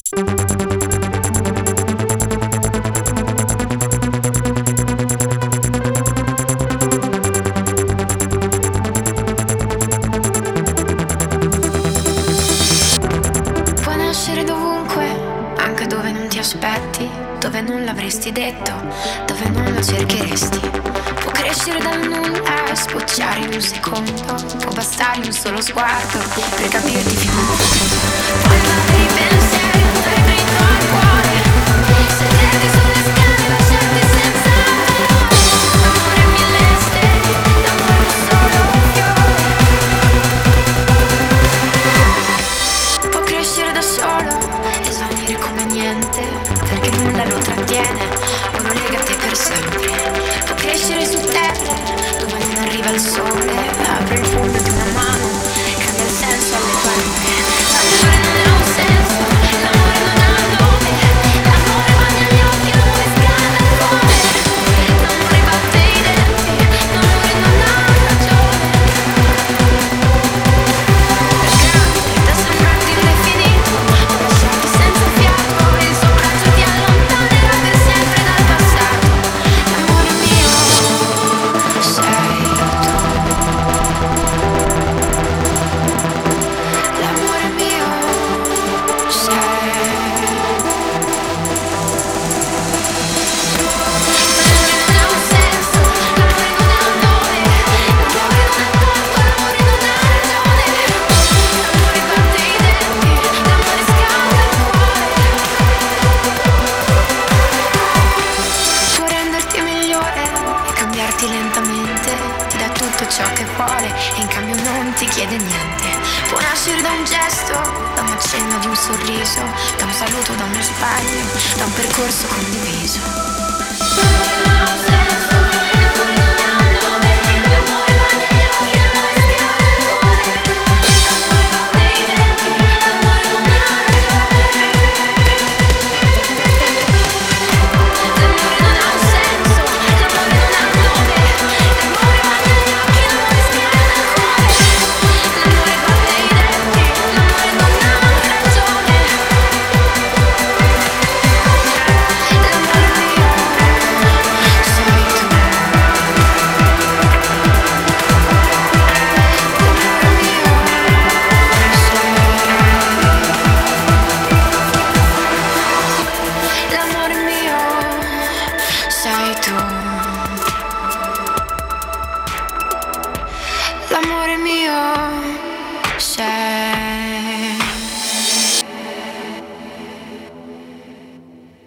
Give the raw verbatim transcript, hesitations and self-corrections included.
Puoi nascere dovunque, anche dove non ti aspetti, dove non l'avresti detto, dove non lo cercheresti. Può crescere dal nulla e sbocciare in un secondo, può bastargli un solo sguardo per capirti fino in fondo. Puoi lavare i pensieri, dare brillo al cuore, sederti sulle scale, lasciarti senza amore, mille stelle, d'amore solo un fiore. Può crescere da solo, esaurire come niente, perché nulla lo trattiene o lo lega a te per sempre. Può crescere su terra, dove non arriva il sole, apre il fondo di una mano, cambia il senso alle parole. L'amore non ha un senso, l'amore non ha nome, l'amore bagna gli occhi, l'amore scalda il cuore, l'amore batte i denti, l'amore non ha ragione. È grande da sembrarti indefinito, o lasciarti senza fiato, il suo braccio ti allontanerà per sempre dal passato. L'amore mio sei tu, l'amore mio sei. L'amore non ha un senso, l'amore non ha un nome, l'amore non ha corpo, l'amore non ha ragione. L'amore batte i denti, l'amore scalda il cuore. Può renderti migliore e cambiarti lentamente, ti dà tutto ciò che vuole e in cambio non ti chiede niente. Può nascere da un gesto, da un accenno di un sorriso, da un saluto, da uno sbaglio, da un percorso condiviso. L'amore non ha un senso.